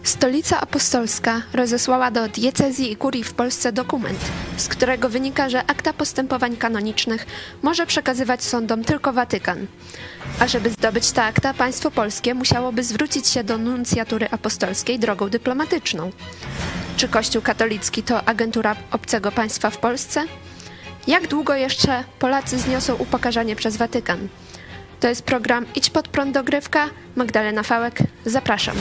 Stolica Apostolska rozesłała do diecezji i kurii w Polsce dokument, z którego wynika, że akta postępowań kanonicznych może przekazywać sądom tylko Watykan. A żeby zdobyć te akta, państwo polskie musiałoby zwrócić się do nuncjatury apostolskiej drogą dyplomatyczną. Czy Kościół katolicki to agentura obcego państwa w Polsce? Jak długo jeszcze Polacy zniosą upokarzanie przez Watykan? To jest program Idź pod prąd dogrywka. Magdalena Fałek, zapraszam.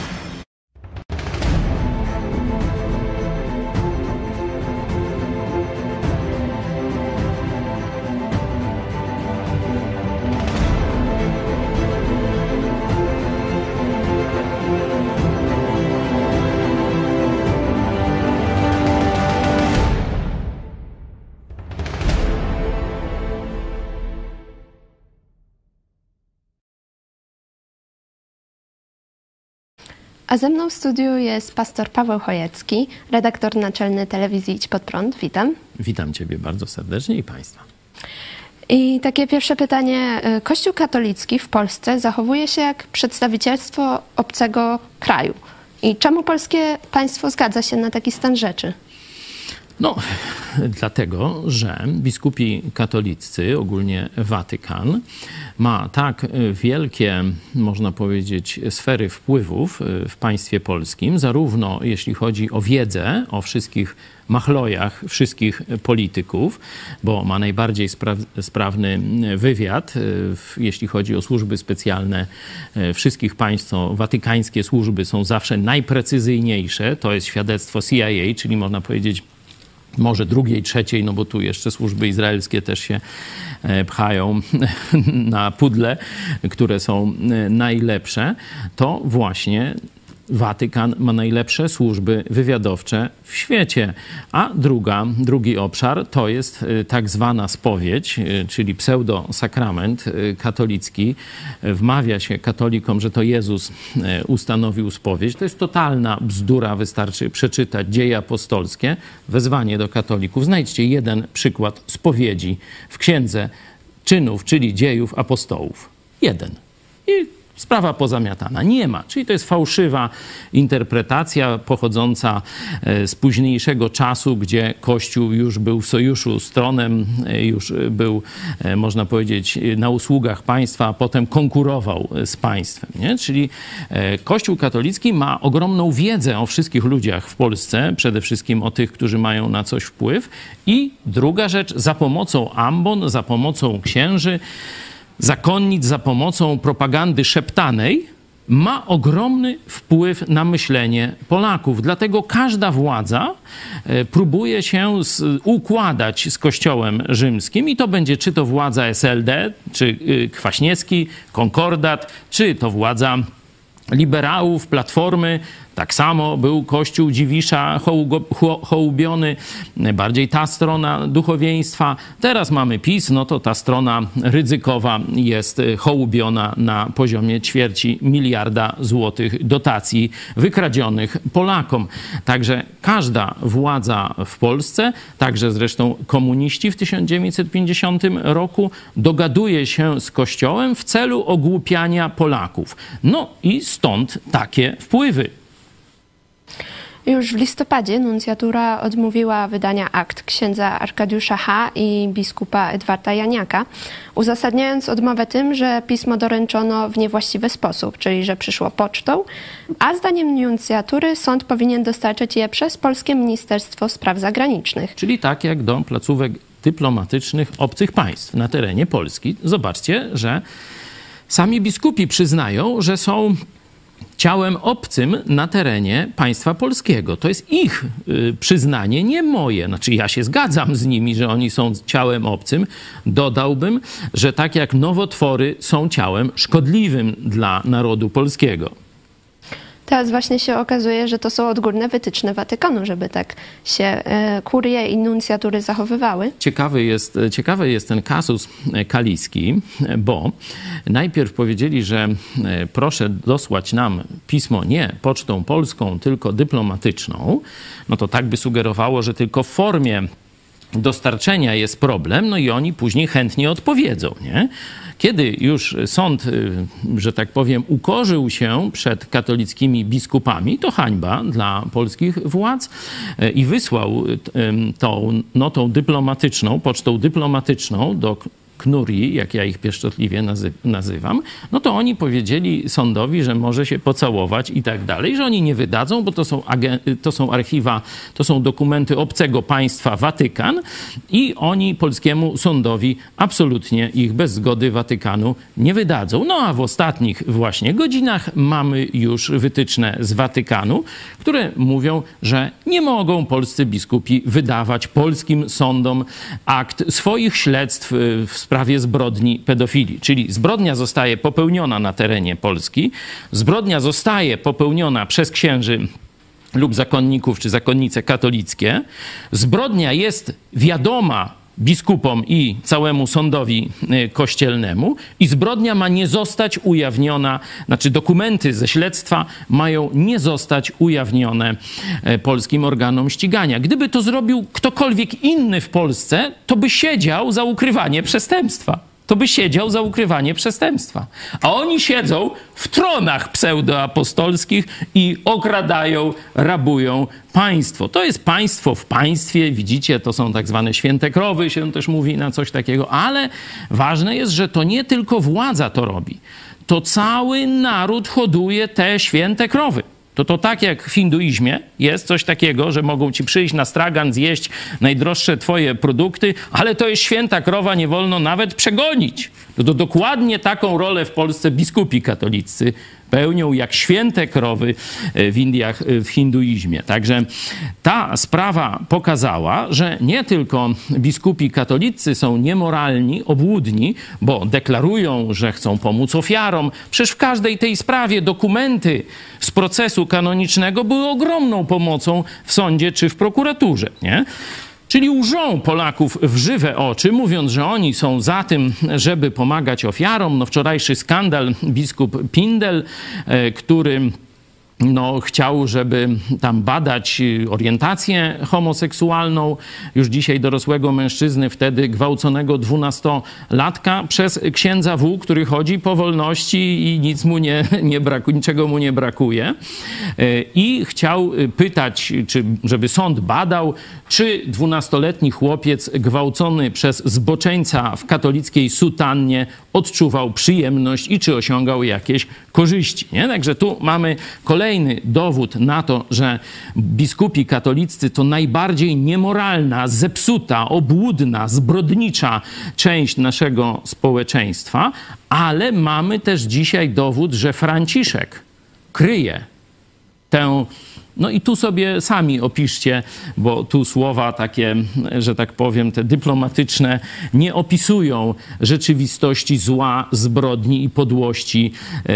A ze mną w studiu jest pastor Paweł Chojecki, redaktor naczelny telewizji Idź pod prąd. Witam. Witam Ciebie bardzo serdecznie i Państwa. I takie pierwsze pytanie. Kościół katolicki w Polsce zachowuje się jak przedstawicielstwo obcego kraju. I czemu polskie państwo zgadza się na taki stan rzeczy? No, dlatego, że biskupi katoliccy, ogólnie Watykan, ma tak wielkie, można powiedzieć, sfery wpływów w państwie polskim, zarówno jeśli chodzi o wiedzę o wszystkich machlojach wszystkich polityków, bo ma najbardziej sprawny wywiad, jeśli chodzi o służby specjalne wszystkich państw. Watykańskie służby są zawsze najprecyzyjniejsze. To jest świadectwo CIA, czyli można powiedzieć może drugiej, trzeciej, no bo tu jeszcze służby izraelskie też się pchają na pudle, które są najlepsze, to właśnie Watykan ma najlepsze służby wywiadowcze w świecie. A drugi obszar to jest tak zwana spowiedź, czyli pseudosakrament katolicki. Wmawia się katolikom, że to Jezus ustanowił spowiedź. To jest totalna bzdura. Wystarczy przeczytać Dzieje apostolskie, wezwanie do katolików. Znajdźcie jeden przykład spowiedzi w Księdze Czynów, czyli Dziejów apostołów. Jeden. I sprawa pozamiatana. Nie ma. Czyli to jest fałszywa interpretacja pochodząca z późniejszego czasu, gdzie Kościół już był w sojuszu z tronem, już był, można powiedzieć, na usługach państwa, a potem konkurował z państwem. Nie? Czyli Kościół katolicki ma ogromną wiedzę o wszystkich ludziach w Polsce, przede wszystkim o tych, którzy mają na coś wpływ. I druga rzecz, za pomocą ambon, za pomocą księży, zakonnic, za pomocą propagandy szeptanej ma ogromny wpływ na myślenie Polaków. Dlatego każda władza próbuje się układać z Kościołem rzymskim i to będzie czy to władza SLD, czy Kwaśniewski, Konkordat, czy to władza liberałów, Platformy. Tak samo był Kościół Dziwisza hołubiony, bardziej ta strona duchowieństwa. Teraz mamy PiS, no to ta strona Rydzykowa jest hołubiona na poziomie 250 miliarda złotych dotacji wykradzionych Polakom. Także każda władza w Polsce, także zresztą komuniści w 1950 roku, dogaduje się z Kościołem w celu ogłupiania Polaków. No i stąd takie wpływy. Już w listopadzie nuncjatura odmówiła wydania akt księdza Arkadiusza H. i biskupa Edwarda Janiaka, uzasadniając odmowę tym, że pismo doręczono w niewłaściwy sposób, czyli że przyszło pocztą, a zdaniem nuncjatury sąd powinien dostarczyć je przez Polskie Ministerstwo Spraw Zagranicznych. Czyli tak jak do placówek dyplomatycznych obcych państw na terenie Polski. Zobaczcie, że sami biskupi przyznają, że są ciałem obcym na terenie państwa polskiego. To jest ich przyznanie, nie moje. Znaczy ja się zgadzam z nimi, że oni są ciałem obcym. Dodałbym, że tak jak nowotwory są ciałem szkodliwym dla narodu polskiego. Teraz właśnie się okazuje, że to są odgórne wytyczne Watykanu, żeby tak się kurie i nuncjatury zachowywały. Ciekawy jest ten kasus kaliski, bo najpierw powiedzieli, że proszę dosłać nam pismo nie pocztą polską, tylko dyplomatyczną. No to tak by sugerowało, że tylko w formie dostarczenia jest problem, no i oni później chętnie odpowiedzą, nie? Kiedy już sąd, że tak powiem, ukorzył się przed katolickimi biskupami, to hańba dla polskich władz i wysłał tą notą dyplomatyczną, pocztą dyplomatyczną do Knurii, jak ja ich pieszczotliwie nazywam, no to oni powiedzieli sądowi, że może się pocałować i tak dalej, że oni nie wydadzą, bo to są archiwa, to są dokumenty obcego państwa Watykan i oni polskiemu sądowi absolutnie ich bez zgody Watykanu nie wydadzą. No a w ostatnich właśnie godzinach mamy już wytyczne z Watykanu, które mówią, że nie mogą polscy biskupi wydawać polskim sądom akt swoich śledztw w sprawie zbrodni pedofilii. Czyli zbrodnia zostaje popełniona na terenie Polski, zbrodnia zostaje popełniona przez księży lub zakonników czy zakonnice katolickie, zbrodnia jest wiadoma biskupom i całemu sądowi kościelnemu i zbrodnia ma nie zostać ujawniona, znaczy dokumenty ze śledztwa mają nie zostać ujawnione polskim organom ścigania. Gdyby to zrobił ktokolwiek inny w Polsce, to by siedział za ukrywanie przestępstwa. A oni siedzą w tronach pseudoapostolskich i okradają, rabują państwo. To jest państwo w państwie, widzicie, to są tak zwane święte krowy, się też mówi na coś takiego, ale ważne jest, że to nie tylko władza to robi. To cały naród hoduje te święte krowy. To tak jak w hinduizmie jest coś takiego, że mogą ci przyjść na stragan, zjeść najdroższe twoje produkty, ale to jest święta krowa, nie wolno nawet przegonić. To dokładnie taką rolę w Polsce biskupi katolicy pełnią jak święte krowy w Indiach, w hinduizmie. Także ta sprawa pokazała, że nie tylko biskupi katolicy są niemoralni, obłudni, bo deklarują, że chcą pomóc ofiarom. Przecież w każdej tej sprawie dokumenty z procesu kanonicznego były ogromną pomocą w sądzie czy w prokuraturze, nie? Czyli łżą Polaków w żywe oczy, mówiąc, że oni są za tym, żeby pomagać ofiarom. No wczorajszy skandal, biskup Pindel, który chciał, żeby tam badać orientację homoseksualną już dzisiaj dorosłego mężczyzny, wtedy gwałconego 12-latka przez księdza W., który chodzi po wolności i nic mu niczego mu nie brakuje. I chciał pytać, żeby sąd badał, czy 12-letni chłopiec gwałcony przez zboczeńca w katolickiej sutannie odczuwał przyjemność i czy osiągał jakieś korzyści. Nie? Także tu mamy kolejny dowód na to, że biskupi katoliccy to najbardziej niemoralna, zepsuta, obłudna, zbrodnicza część naszego społeczeństwa, ale mamy też dzisiaj dowód, że Franciszek kryje tę. No i tu sobie sami opiszcie, bo tu słowa takie, że tak powiem, te dyplomatyczne nie opisują rzeczywistości zła, zbrodni i podłości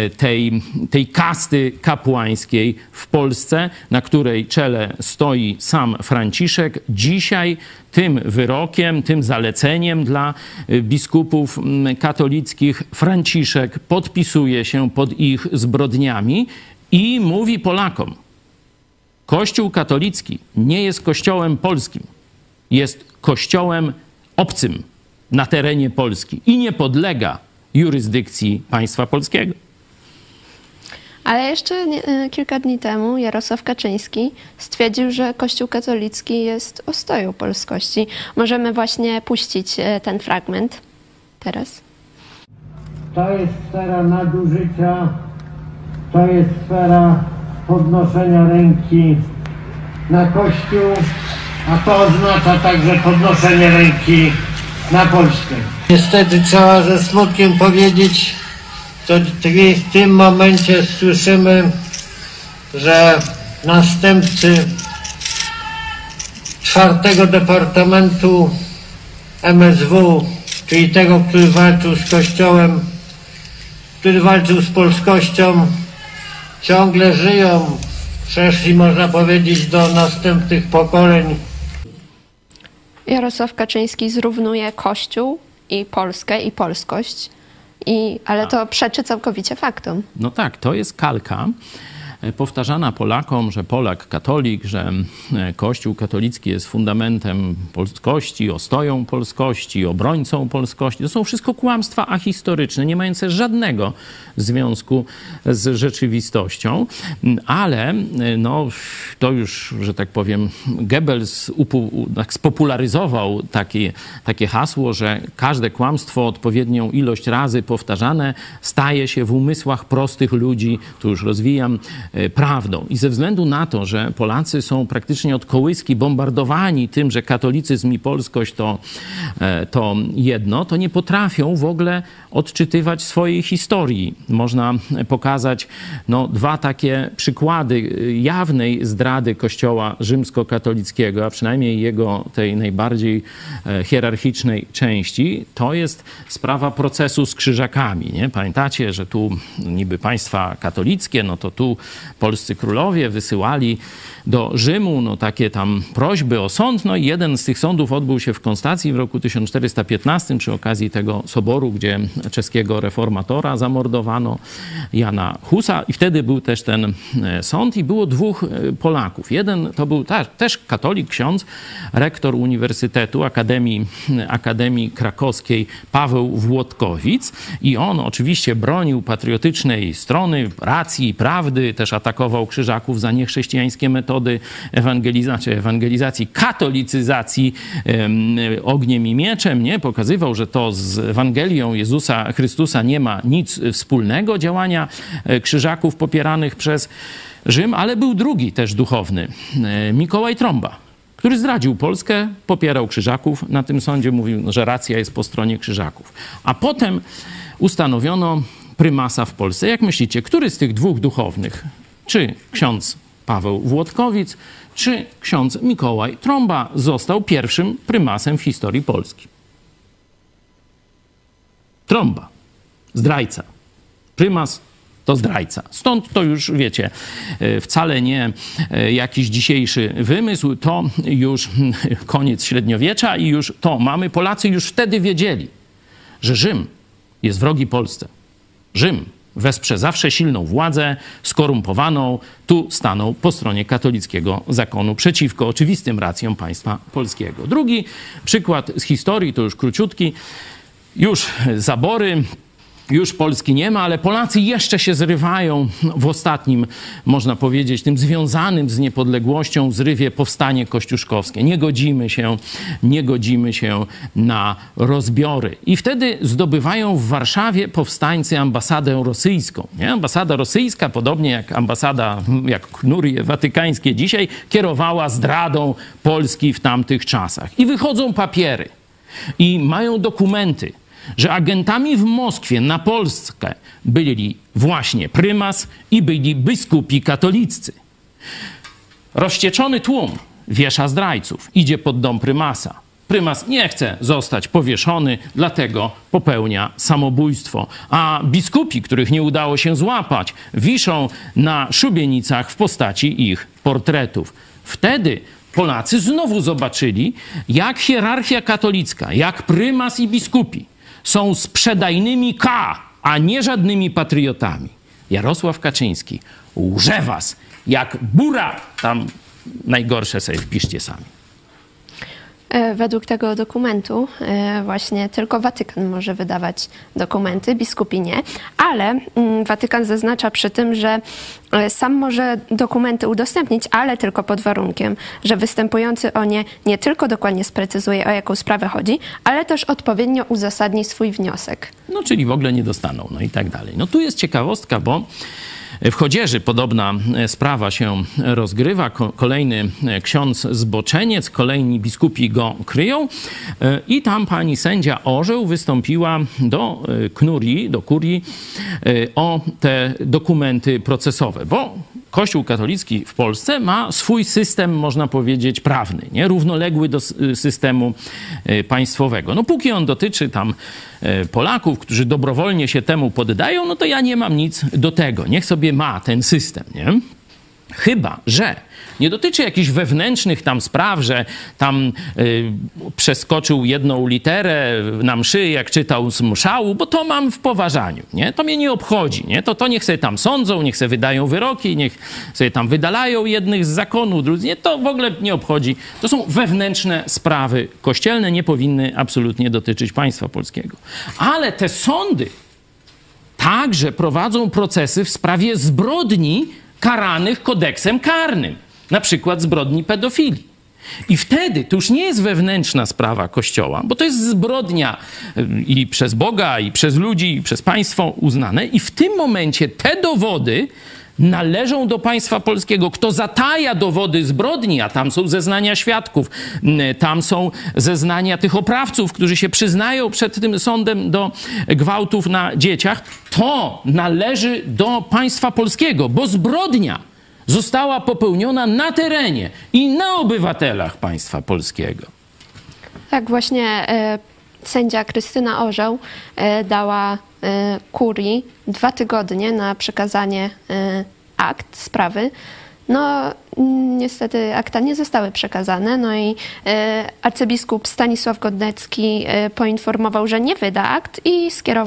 tej kasty kapłańskiej w Polsce, na której czele stoi sam Franciszek. Dzisiaj tym wyrokiem, tym zaleceniem dla biskupów katolickich Franciszek podpisuje się pod ich zbrodniami i mówi Polakom: Kościół katolicki nie jest kościołem polskim, jest kościołem obcym na terenie Polski i nie podlega jurysdykcji państwa polskiego. Ale jeszcze kilka dni temu Jarosław Kaczyński stwierdził, że Kościół katolicki jest ostoją polskości. Możemy właśnie puścić ten fragment teraz. To jest sfera nadużycia, to jest sfera podnoszenia ręki na Kościół, a to oznacza także podnoszenie ręki na Polskę. Niestety trzeba ze smutkiem powiedzieć, to w tym momencie słyszymy, że następcy 4. Departamentu MSW, czyli tego, który walczył z Kościołem, który walczył z polskością, ciągle żyją, przeszli, można powiedzieć, do następnych pokoleń. Jarosław Kaczyński zrównuje Kościół i Polskę i polskość, ale to przeczy całkowicie faktom. No tak, to jest kalka powtarzana Polakom, że Polak katolik, że Kościół katolicki jest fundamentem polskości, ostoją polskości, obrońcą polskości. To są wszystko kłamstwa ahistoryczne, nie mające żadnego związku z rzeczywistością, ale no, to już, że tak powiem, Goebbels spopularyzował takie hasło, że każde kłamstwo odpowiednią ilość razy powtarzane staje się w umysłach prostych ludzi, tu już rozwijam, prawdą. I ze względu na to, że Polacy są praktycznie od kołyski bombardowani tym, że katolicyzm i polskość to jedno, to nie potrafią w ogóle odczytywać swojej historii. Można pokazać dwa takie przykłady jawnej zdrady Kościoła rzymskokatolickiego, a przynajmniej jego tej najbardziej hierarchicznej części. To jest sprawa procesu z krzyżakami. Nie? Pamiętacie, że tu niby państwa katolickie, no to tu polscy królowie wysyłali do Rzymu takie tam prośby o sąd. No i jeden z tych sądów odbył się w Konstacji w roku 1415 przy okazji tego soboru, gdzie czeskiego reformatora zamordowano, Jana Husa. I wtedy był też ten sąd i było dwóch Polaków. Jeden to był też katolik, ksiądz, rektor Uniwersytetu Akademii Krakowskiej Paweł Włodkowic i on oczywiście bronił patriotycznej strony, racji i prawdy, też atakował krzyżaków za niechrześcijańskie metody ewangelizacji, katolicyzacji ogniem i mieczem, nie? Pokazywał, że to z Ewangelią Jezusa Chrystusa nie ma nic wspólnego, działania krzyżaków popieranych przez Rzym, ale był drugi też duchowny, Mikołaj Trąba, który zdradził Polskę, popierał krzyżaków. Na tym sądzie mówił, że racja jest po stronie krzyżaków. A potem ustanowiono prymasa w Polsce. Jak myślicie, który z tych dwóch duchownych, czy ksiądz Paweł Włodkowic, czy ksiądz Mikołaj Trąba został pierwszym prymasem w historii Polski? Trąba, zdrajca. Prymas to zdrajca. Stąd to już, wiecie, wcale nie jakiś dzisiejszy wymysł, to już koniec średniowiecza i już to mamy. Polacy już wtedy wiedzieli, że Rzym jest wrogi Polsce. Rzym wesprze zawsze silną władzę, skorumpowaną, tu staną po stronie katolickiego zakonu przeciwko oczywistym racjom państwa polskiego. Drugi przykład z historii, to już króciutki, już zabory, już Polski nie ma, ale Polacy jeszcze się zrywają w ostatnim, można powiedzieć, tym związanym z niepodległością zrywie powstanie kościuszkowskie. Nie godzimy się na rozbiory. I wtedy zdobywają w Warszawie powstańcy ambasadę rosyjską. Nie? Ambasada rosyjska, podobnie jak knurie watykańskie dzisiaj, kierowała zdradą Polski w tamtych czasach. I wychodzą papiery i mają dokumenty, że agentami w Moskwie na Polskę byli właśnie prymas i byli biskupi katoliccy. Rozwścieczony tłum wiesza zdrajców, idzie pod dom prymasa. Prymas nie chce zostać powieszony, dlatego popełnia samobójstwo. A biskupi, których nie udało się złapać, wiszą na szubienicach w postaci ich portretów. Wtedy Polacy znowu zobaczyli, jak hierarchia katolicka, jak prymas i biskupi są sprzedajnymi a nie żadnymi patriotami. Jarosław Kaczyński łże was jak bura. Tam najgorsze sobie wpiszcie sami. Według tego dokumentu właśnie tylko Watykan może wydawać dokumenty, biskupi nie, ale Watykan zaznacza przy tym, że sam może dokumenty udostępnić, ale tylko pod warunkiem, że występujący o nie nie tylko dokładnie sprecyzuje, o jaką sprawę chodzi, ale też odpowiednio uzasadni swój wniosek. No czyli w ogóle nie dostaną, no i tak dalej. No tu jest ciekawostka, bo w Chodzieży podobna sprawa się rozgrywa. Kolejny ksiądz zboczeniec, kolejni biskupi go kryją i tam pani sędzia Orzeł wystąpiła do kurii o te dokumenty procesowe, bo Kościół katolicki w Polsce ma swój system, można powiedzieć, prawny, nie? Równoległy do systemu państwowego. No póki on dotyczy tam Polaków, którzy dobrowolnie się temu poddają, no to ja nie mam nic do tego. Niech sobie ma ten system, nie? Chyba że nie dotyczy jakichś wewnętrznych tam spraw, że tam przeskoczył jedną literę na mszy, jak czytał z mszału, bo to mam w poważaniu, nie? To mnie nie obchodzi, nie? To niech sobie tam sądzą, niech sobie wydają wyroki, niech sobie tam wydalają jednych z zakonu, drudzy, nie? To w ogóle nie obchodzi. To są wewnętrzne sprawy kościelne, nie powinny absolutnie dotyczyć państwa polskiego. Ale te sądy także prowadzą procesy w sprawie zbrodni karanych kodeksem karnym, na przykład zbrodni pedofilii. I wtedy to już nie jest wewnętrzna sprawa Kościoła, bo to jest zbrodnia i przez Boga, i przez ludzi, i przez państwo uznane. I w tym momencie te dowody należą do państwa polskiego. Kto zataja dowody zbrodni, a tam są zeznania świadków, tam są zeznania tych oprawców, którzy się przyznają przed tym sądem do gwałtów na dzieciach, to należy do państwa polskiego, bo zbrodnia została popełniona na terenie i na obywatelach państwa polskiego. Tak, właśnie sędzia Krystyna Orzeł dała kurii 2 tygodnie na przekazanie akt sprawy. No niestety akta nie zostały przekazane, no i arcybiskup Stanisław Godecki poinformował, że nie wyda akt i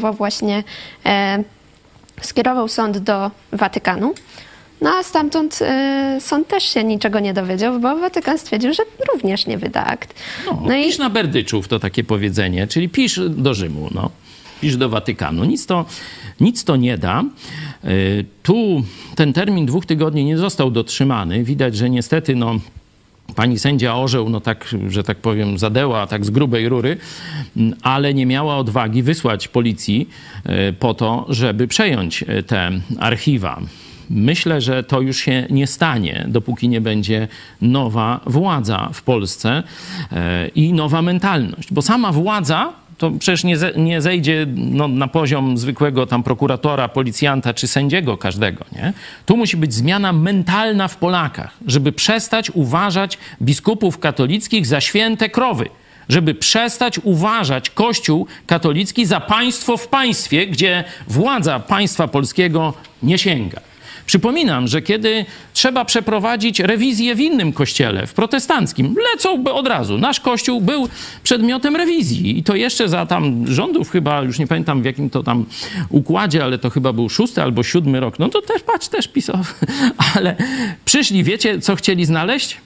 skierował sąd do Watykanu. No a stamtąd sąd też się niczego nie dowiedział, bo Watykan stwierdził, że również nie wyda akt. No pisz na Berdyczów, to takie powiedzenie, czyli pisz do Rzymu, no. Pisz do Watykanu. Nic to nie da. Tu ten termin 2 tygodni nie został dotrzymany. Widać, że niestety pani sędzia Orzeł, tak, że tak powiem, zadeła tak z grubej rury, ale nie miała odwagi wysłać policji po to, żeby przejąć te archiwa. Myślę, że to już się nie stanie, dopóki nie będzie nowa władza w Polsce i nowa mentalność. Bo sama władza to przecież nie zejdzie na poziom zwykłego tam prokuratora, policjanta czy sędziego każdego, nie? Tu musi być zmiana mentalna w Polakach, żeby przestać uważać biskupów katolickich za święte krowy, żeby przestać uważać Kościół katolicki za państwo w państwie, gdzie władza państwa polskiego nie sięga. Przypominam, że kiedy trzeba przeprowadzić rewizję w innym kościele, w protestanckim, lecą od razu. Nasz kościół był przedmiotem rewizji i to jeszcze za tam rządów chyba, już nie pamiętam w jakim to tam układzie, ale to chyba był 6. albo 7. rok. No to też, patrz, też pisał. Ale przyszli, wiecie, co chcieli znaleźć?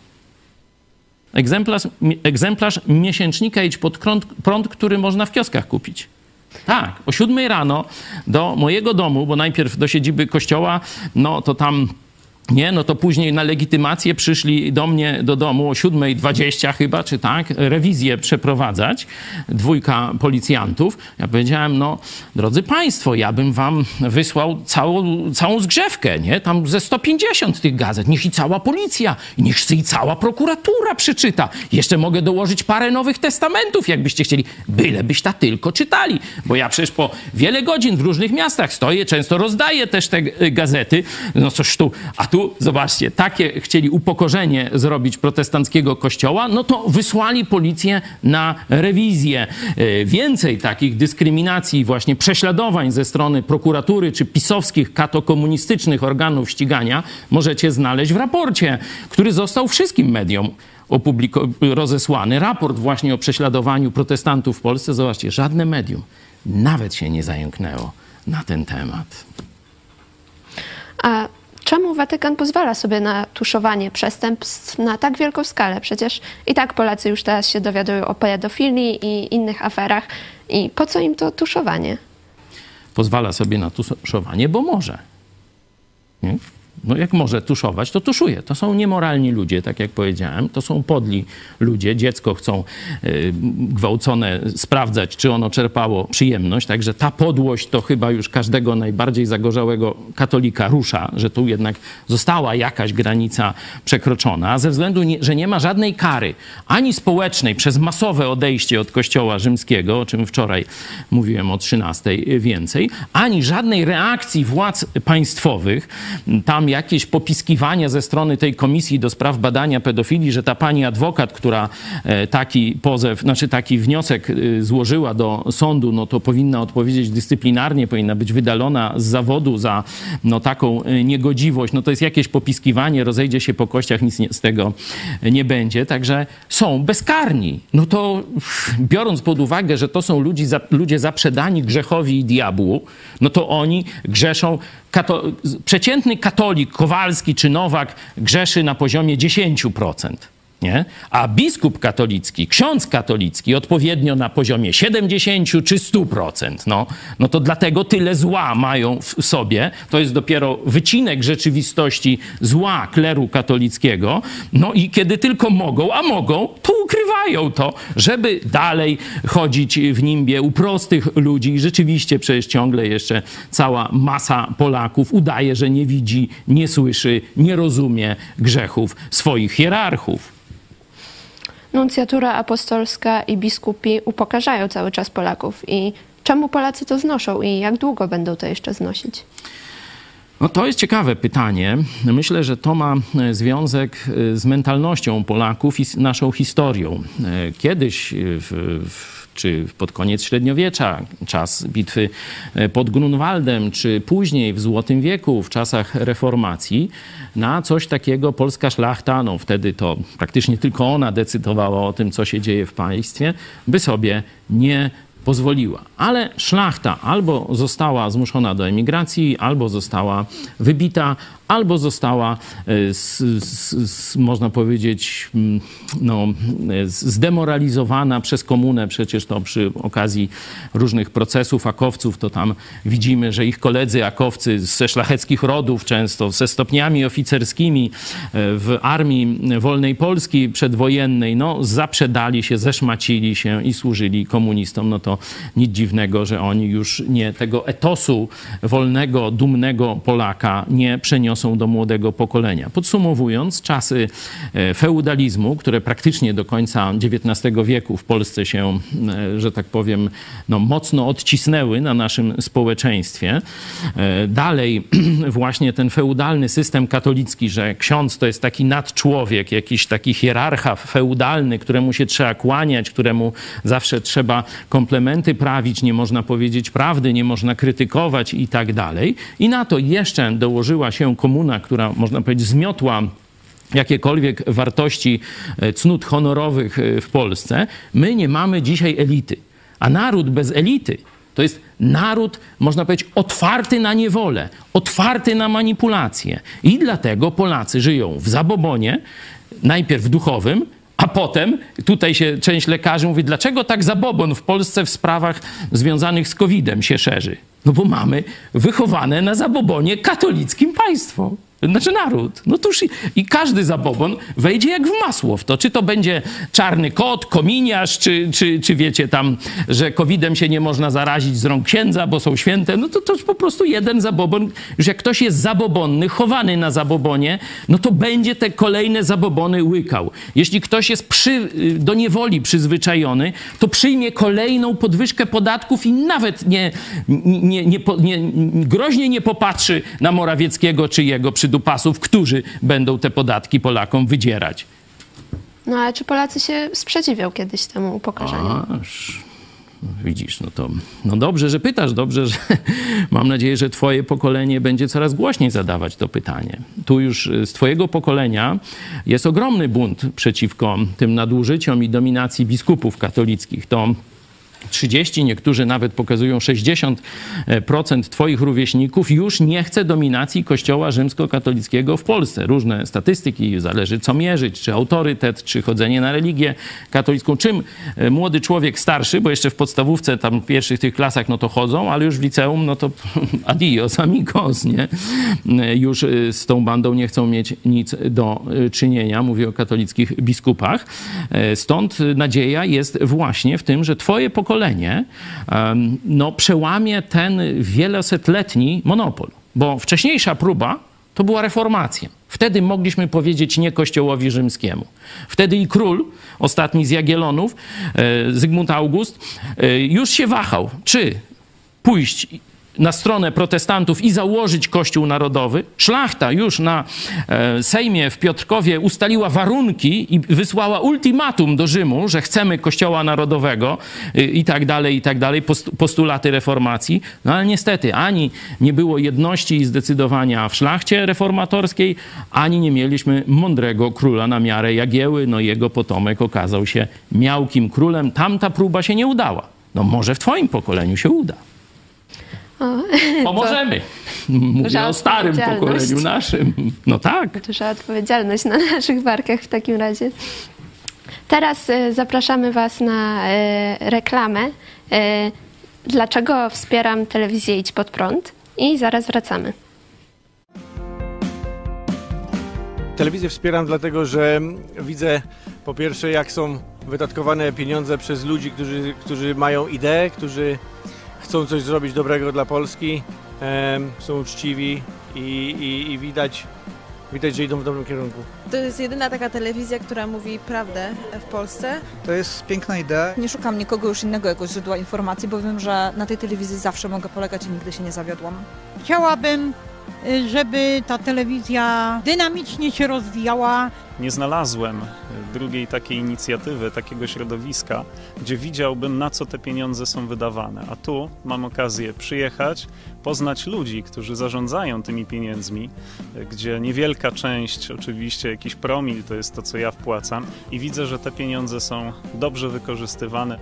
Egzemplarz miesięcznika Idź Pod Prąd, który można w kioskach kupić. Tak, o 7 rano do mojego domu, bo najpierw do siedziby kościoła, to tam nie, to później na legitymację przyszli do mnie do domu o 7:20 chyba, czy tak, rewizję przeprowadzać, 2 policjantów. Ja powiedziałem, drodzy państwo, ja bym wam wysłał całą zgrzewkę, nie? Tam ze 150 tych gazet. Niech i cała policja, niech i cała prokuratura przeczyta. Jeszcze mogę dołożyć parę Nowych Testamentów, jakbyście chcieli. Bylebyś ta tylko czytali. Bo ja przecież po wiele godzin w różnych miastach stoję, często rozdaję też te gazety. No coś tu, a tu zobaczcie, takie chcieli upokorzenie zrobić protestanckiego kościoła, to wysłali policję na rewizję. Więcej takich dyskryminacji, właśnie prześladowań ze strony prokuratury czy pisowskich katokomunistycznych organów ścigania możecie znaleźć w raporcie, który został wszystkim mediom rozesłany. Raport właśnie o prześladowaniu protestantów w Polsce. Zobaczcie, żadne medium nawet się nie zająknęło na ten temat. A czemu Watykan pozwala sobie na tuszowanie przestępstw na tak wielką skalę? Przecież i tak Polacy już teraz się dowiadują o pedofilii i innych aferach. I po co im to tuszowanie? Pozwala sobie na tuszowanie, bo może. Nie? Jak może tuszować, to tuszuje. To są niemoralni ludzie, tak jak powiedziałem. To są podli ludzie. Dziecko chcą gwałcone sprawdzać, czy ono czerpało przyjemność. Także ta podłość to chyba już każdego najbardziej zagorzałego katolika rusza, że tu jednak została jakaś granica przekroczona. A ze względu, że nie ma żadnej kary, ani społecznej przez masowe odejście od Kościoła rzymskiego, o czym wczoraj mówiłem o 13 więcej, ani żadnej reakcji władz państwowych. Tam jakieś popiskiwania ze strony tej komisji do spraw badania pedofilii, że ta pani adwokat, która taki pozew, znaczy taki wniosek złożyła do sądu, no to powinna odpowiedzieć dyscyplinarnie, powinna być wydalona z zawodu za taką niegodziwość. No to jest jakieś popiskiwanie, rozejdzie się po kościach, nic z tego nie będzie. Także są bezkarni. No to biorąc pod uwagę, że to są ludzie zaprzedani grzechowi i diabłu, no to oni grzeszą. Przeciętny katolik, Kowalski czy Nowak grzeszy na poziomie 10%. Nie? A biskup katolicki, ksiądz katolicki odpowiednio na poziomie 70 czy 100%. No to dlatego tyle zła mają w sobie. To jest dopiero wycinek rzeczywistości zła kleru katolickiego. No i kiedy tylko mogą, to ukrywają to, żeby dalej chodzić w nimbie u prostych ludzi. I rzeczywiście przecież ciągle jeszcze cała masa Polaków udaje, że nie widzi, nie słyszy, nie rozumie grzechów swoich hierarchów. Nuncjatura apostolska i biskupi upokarzają cały czas Polaków. I czemu Polacy to znoszą i jak długo będą to jeszcze znosić? No to jest ciekawe pytanie. Myślę, że to ma związek z mentalnością Polaków i z naszą historią. Kiedyś czy pod koniec średniowiecza, czas bitwy pod Grunwaldem, czy później w Złotym Wieku, w czasach reformacji, na coś takiego polska szlachta, no wtedy to praktycznie tylko ona decydowała o tym, co się dzieje w państwie, by sobie nie pozwoliła. Ale szlachta albo została zmuszona do emigracji, albo została wybita, albo została, można powiedzieć, zdemoralizowana przez komunę. Przecież to przy okazji różnych procesów akowców, to tam widzimy, że ich koledzy akowcy ze szlacheckich rodów, często ze stopniami oficerskimi w Armii Wolnej Polski przedwojennej, zaprzedali się, zeszmacili się i służyli komunistom. No to nic dziwnego, że oni już nie tego etosu wolnego, dumnego Polaka nie przeniosą do młodego pokolenia. Podsumowując, czasy feudalizmu, które praktycznie do końca XIX wieku w Polsce się, że tak powiem, mocno odcisnęły na naszym społeczeństwie. Dalej właśnie ten feudalny system katolicki, że ksiądz to jest taki nadczłowiek, jakiś taki hierarcha feudalny, któremu się trzeba kłaniać, któremu zawsze trzeba komplementy prawić, nie można powiedzieć prawdy, nie można krytykować i tak dalej. I na to jeszcze dołożyła się komuna, która, można powiedzieć, zmiotła jakiekolwiek wartości cnót honorowych w Polsce. My nie mamy dzisiaj elity. A naród bez elity to jest naród, można powiedzieć, otwarty na niewolę, otwarty na manipulacje. I dlatego Polacy żyją w zabobonie, najpierw duchowym, a potem tutaj się część lekarzy mówi, dlaczego tak zabobon w Polsce w sprawach związanych z COVID-em się szerzy? No bo mamy wychowane na zabobonie katolickim państwo. Znaczy naród. No toż i każdy zabobon wejdzie jak w masło w to. Czy to będzie czarny kot, kominiarz, czy wiecie tam, że COVID-em się nie można zarazić z rąk księdza, bo są święte. No to jest po prostu jeden zabobon. Już jak ktoś jest zabobonny, chowany na zabobonie, no to będzie te kolejne zabobony łykał. Jeśli ktoś jest do niewoli przyzwyczajony, to przyjmie kolejną podwyżkę podatków i nawet groźnie nie popatrzy na Morawieckiego czy jego przydupasów, którzy będą te podatki Polakom wydzierać. No ale czy Polacy się sprzeciwią kiedyś temu upokarzaniu? Widzisz, no dobrze, że pytasz, dobrze, że mam nadzieję, że twoje pokolenie będzie coraz głośniej zadawać to pytanie. Tu już z twojego pokolenia jest ogromny bunt przeciwko tym nadużyciom i dominacji biskupów katolickich. To 30, niektórzy nawet pokazują 60% twoich rówieśników już nie chce dominacji Kościoła rzymskokatolickiego w Polsce. Różne statystyki, zależy co mierzyć, czy autorytet, czy chodzenie na religię katolicką. Czym młody człowiek starszy, bo jeszcze w podstawówce, tam w pierwszych tych klasach, no to chodzą, ale już w liceum, no to adios, amigos, nie? Już z tą bandą nie chcą mieć nic do czynienia. Mówię o katolickich biskupach. Stąd nadzieja jest właśnie w tym, że twoje pokolenie przełamie ten wielosetletni monopol. Bo wcześniejsza próba to była reformacja. Wtedy mogliśmy powiedzieć nie Kościołowi rzymskiemu. Wtedy i król, ostatni z Jagiellonów, Zygmunt August, już się wahał, czy pójść na stronę protestantów i założyć Kościół Narodowy. Szlachta już na Sejmie w Piotrkowie ustaliła warunki i wysłała ultimatum do Rzymu, że chcemy Kościoła Narodowego i tak dalej, postulaty reformacji. No ale niestety ani nie było jedności i zdecydowania w szlachcie reformatorskiej, ani nie mieliśmy mądrego króla na miarę Jagieły. No jego potomek okazał się miałkim królem. Tamta próba się nie udała. No może w twoim pokoleniu się uda. Pomożemy. Mówię o starym pokoleniu naszym. No tak. Duża odpowiedzialność na naszych barkach w takim razie. Teraz zapraszamy was na reklamę. Dlaczego wspieram telewizję Idź Pod Prąd? I zaraz wracamy. Telewizję wspieram dlatego, że widzę po pierwsze, jak są wydatkowane pieniądze przez ludzi, którzy mają ideę, którzy chcą coś zrobić dobrego dla Polski, są uczciwi i widać, że idą w dobrym kierunku. To jest jedyna taka telewizja, która mówi prawdę w Polsce. To jest piękna idea. Nie szukam nikogo już innego jako źródła informacji, bo wiem, że na tej telewizji zawsze mogę polegać i nigdy się nie zawiodłam. Chciałabym, żeby ta telewizja dynamicznie się rozwijała. Nie znalazłem drugiej takiej inicjatywy, takiego środowiska, gdzie widziałbym, na co te pieniądze są wydawane. A tu mam okazję przyjechać, poznać ludzi, którzy zarządzają tymi pieniędzmi, gdzie niewielka część, oczywiście jakiś promil, to jest to, co ja wpłacam i widzę, że te pieniądze są dobrze wykorzystywane.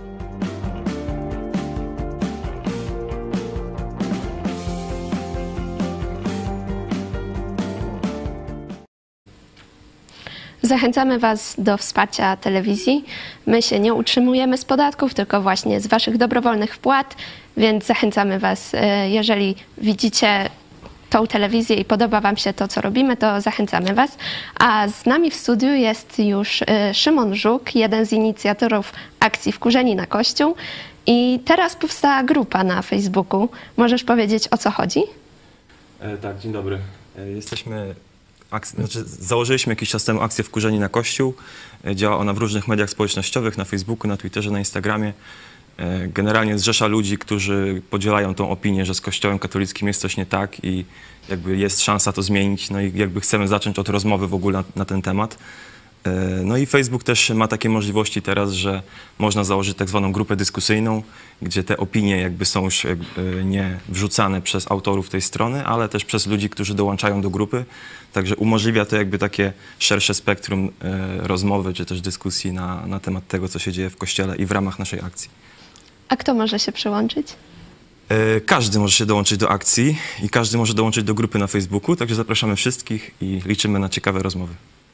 Zachęcamy was do wsparcia telewizji. My się nie utrzymujemy z podatków, tylko właśnie z waszych dobrowolnych wpłat, więc zachęcamy was, jeżeli widzicie tą telewizję i podoba wam się to, co robimy, to zachęcamy was. A z nami w studiu jest już Szymon Żuk, jeden z inicjatorów akcji Wkurzeni na Kościół. I teraz powstała grupa na Facebooku. Możesz powiedzieć, o co chodzi? Tak, dzień dobry. Założyliśmy jakiś czas temu akcję Wkurzeni na Kościół. Działa ona w różnych mediach społecznościowych, na Facebooku, na Twitterze, na Instagramie. Generalnie zrzesza ludzi, którzy podzielają tą opinię, że z Kościołem katolickim jest coś nie tak i jakby jest szansa to zmienić. No i jakby chcemy zacząć od rozmowy w ogóle na ten temat. No i Facebook też ma takie możliwości teraz, że można założyć tak zwaną grupę dyskusyjną, gdzie te opinie jakby są już nie wrzucane przez autorów tej strony, ale też przez ludzi, którzy dołączają do grupy. Także umożliwia to jakby takie szersze spektrum rozmowy czy też dyskusji na temat tego, co się dzieje w Kościele i w ramach naszej akcji. A kto może się przyłączyć? Każdy może się dołączyć do akcji i każdy może dołączyć do grupy na Facebooku, także zapraszamy wszystkich i liczymy na ciekawe rozmowy.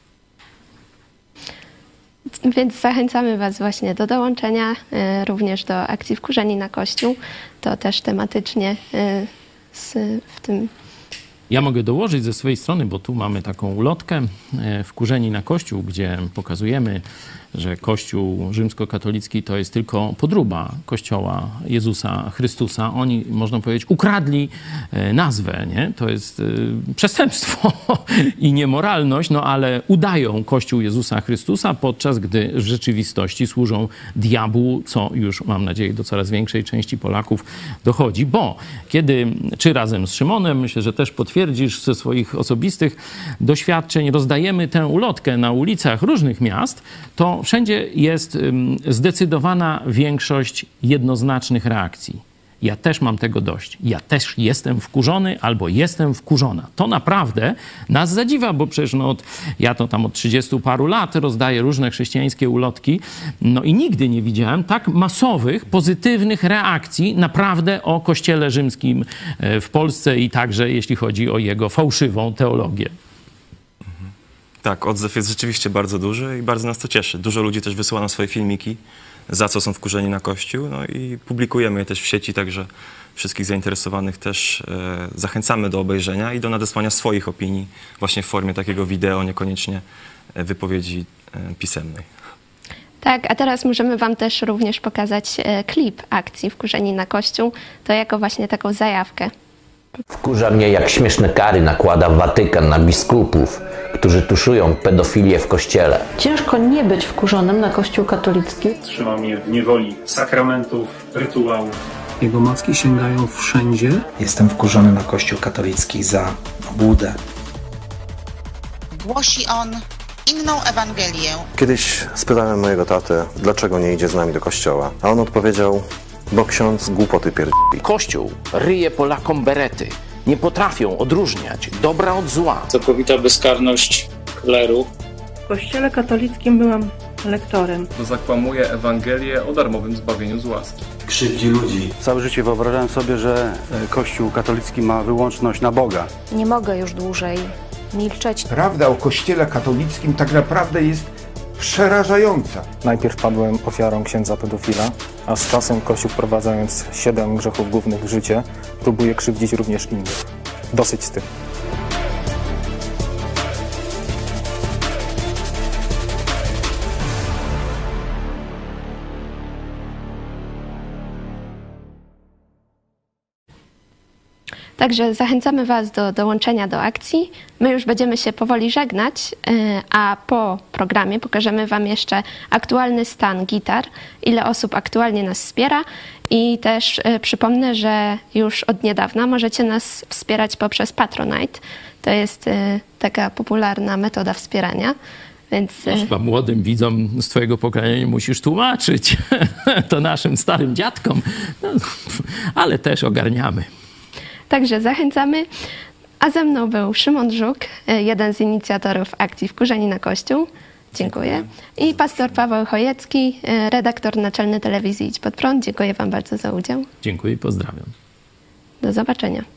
Więc zachęcamy was właśnie do dołączenia również do akcji Wkurzeni na Kościół. To też tematycznie w tym... Ja mogę dołożyć ze swojej strony, bo tu mamy taką ulotkę Wkurzeni na Kościół, gdzie pokazujemy, że Kościół rzymskokatolicki to jest tylko podróba Kościoła Jezusa Chrystusa. Oni, można powiedzieć, ukradli nazwę, nie? To jest przestępstwo i niemoralność, no ale udają Kościół Jezusa Chrystusa, podczas gdy w rzeczywistości służą diabłu, co już, mam nadzieję, do coraz większej części Polaków dochodzi, bo kiedy, czy razem z Szymonem, myślę, że też potwierdzisz ze swoich osobistych doświadczeń, rozdajemy tę ulotkę na ulicach różnych miast, to wszędzie jest zdecydowana większość jednoznacznych reakcji. Ja też mam tego dość. Ja też jestem wkurzony albo jestem wkurzona. To naprawdę nas zadziwia, bo przecież ja to tam od 30 paru lat rozdaję różne chrześcijańskie ulotki, no i nigdy nie widziałem tak masowych, pozytywnych reakcji naprawdę o Kościele rzymskim w Polsce i także jeśli chodzi o jego fałszywą teologię. Tak, odzew jest rzeczywiście bardzo duży i bardzo nas to cieszy. Dużo ludzi też wysyła nam swoje filmiki, za co są wkurzeni na Kościół, no i publikujemy je też w sieci, także wszystkich zainteresowanych też zachęcamy do obejrzenia i do nadesłania swoich opinii właśnie w formie takiego wideo, niekoniecznie wypowiedzi pisemnej. Tak, a teraz możemy wam też również pokazać klip akcji Wkurzeni na Kościół, to jako właśnie taką zajawkę. Wkurza mnie, jak śmieszne kary nakłada Watykan na biskupów, którzy tuszują pedofilię w Kościele. Ciężko nie być wkurzonym na Kościół katolicki. Trzyma mnie w niewoli sakramentów, rytuałów. Jego macki sięgają wszędzie. Jestem wkurzony na Kościół katolicki za obłudę. Głosi on inną Ewangelię. Kiedyś spytałem mojego tatę, dlaczego nie idzie z nami do kościoła, a on odpowiedział, bo ksiądz głupoty pierdoli. Kościół ryje Polakom berety. Nie potrafią odróżniać dobra od zła. Całkowita bezkarność kleru. W kościele katolickim byłam lektorem. Zakłamuje Ewangelię o darmowym zbawieniu z łaski. Krzywdzi ludzi. Całe życie wyobrażałem sobie, że Kościół katolicki ma wyłączność na Boga. Nie mogę już dłużej milczeć. Prawda o Kościele katolickim tak naprawdę jest przerażająca. Najpierw padłem ofiarą księdza pedofila, a z czasem Kościół, wprowadzając 7 grzechów głównych w życie, próbuje krzywdzić również innych. Dosyć z tym. Także zachęcamy Was do dołączenia do akcji. My już będziemy się powoli żegnać, a po programie pokażemy Wam jeszcze aktualny stan gitar, ile osób aktualnie nas wspiera i też przypomnę, że już od niedawna możecie nas wspierać poprzez Patronite. To jest taka popularna metoda wspierania. Więc... Chyba młodym widzom z twojego pokolenia nie musisz tłumaczyć. To naszym starym dziadkom, no, ale też ogarniamy. Także zachęcamy. A ze mną był Szymon Żuk, jeden z inicjatorów akcji Wkurzeni na Kościół. Dziękuję. I pastor Paweł Chojecki, redaktor naczelny telewizji Idź Pod Prąd. Dziękuję Wam bardzo za udział. Dziękuję i pozdrawiam. Do zobaczenia.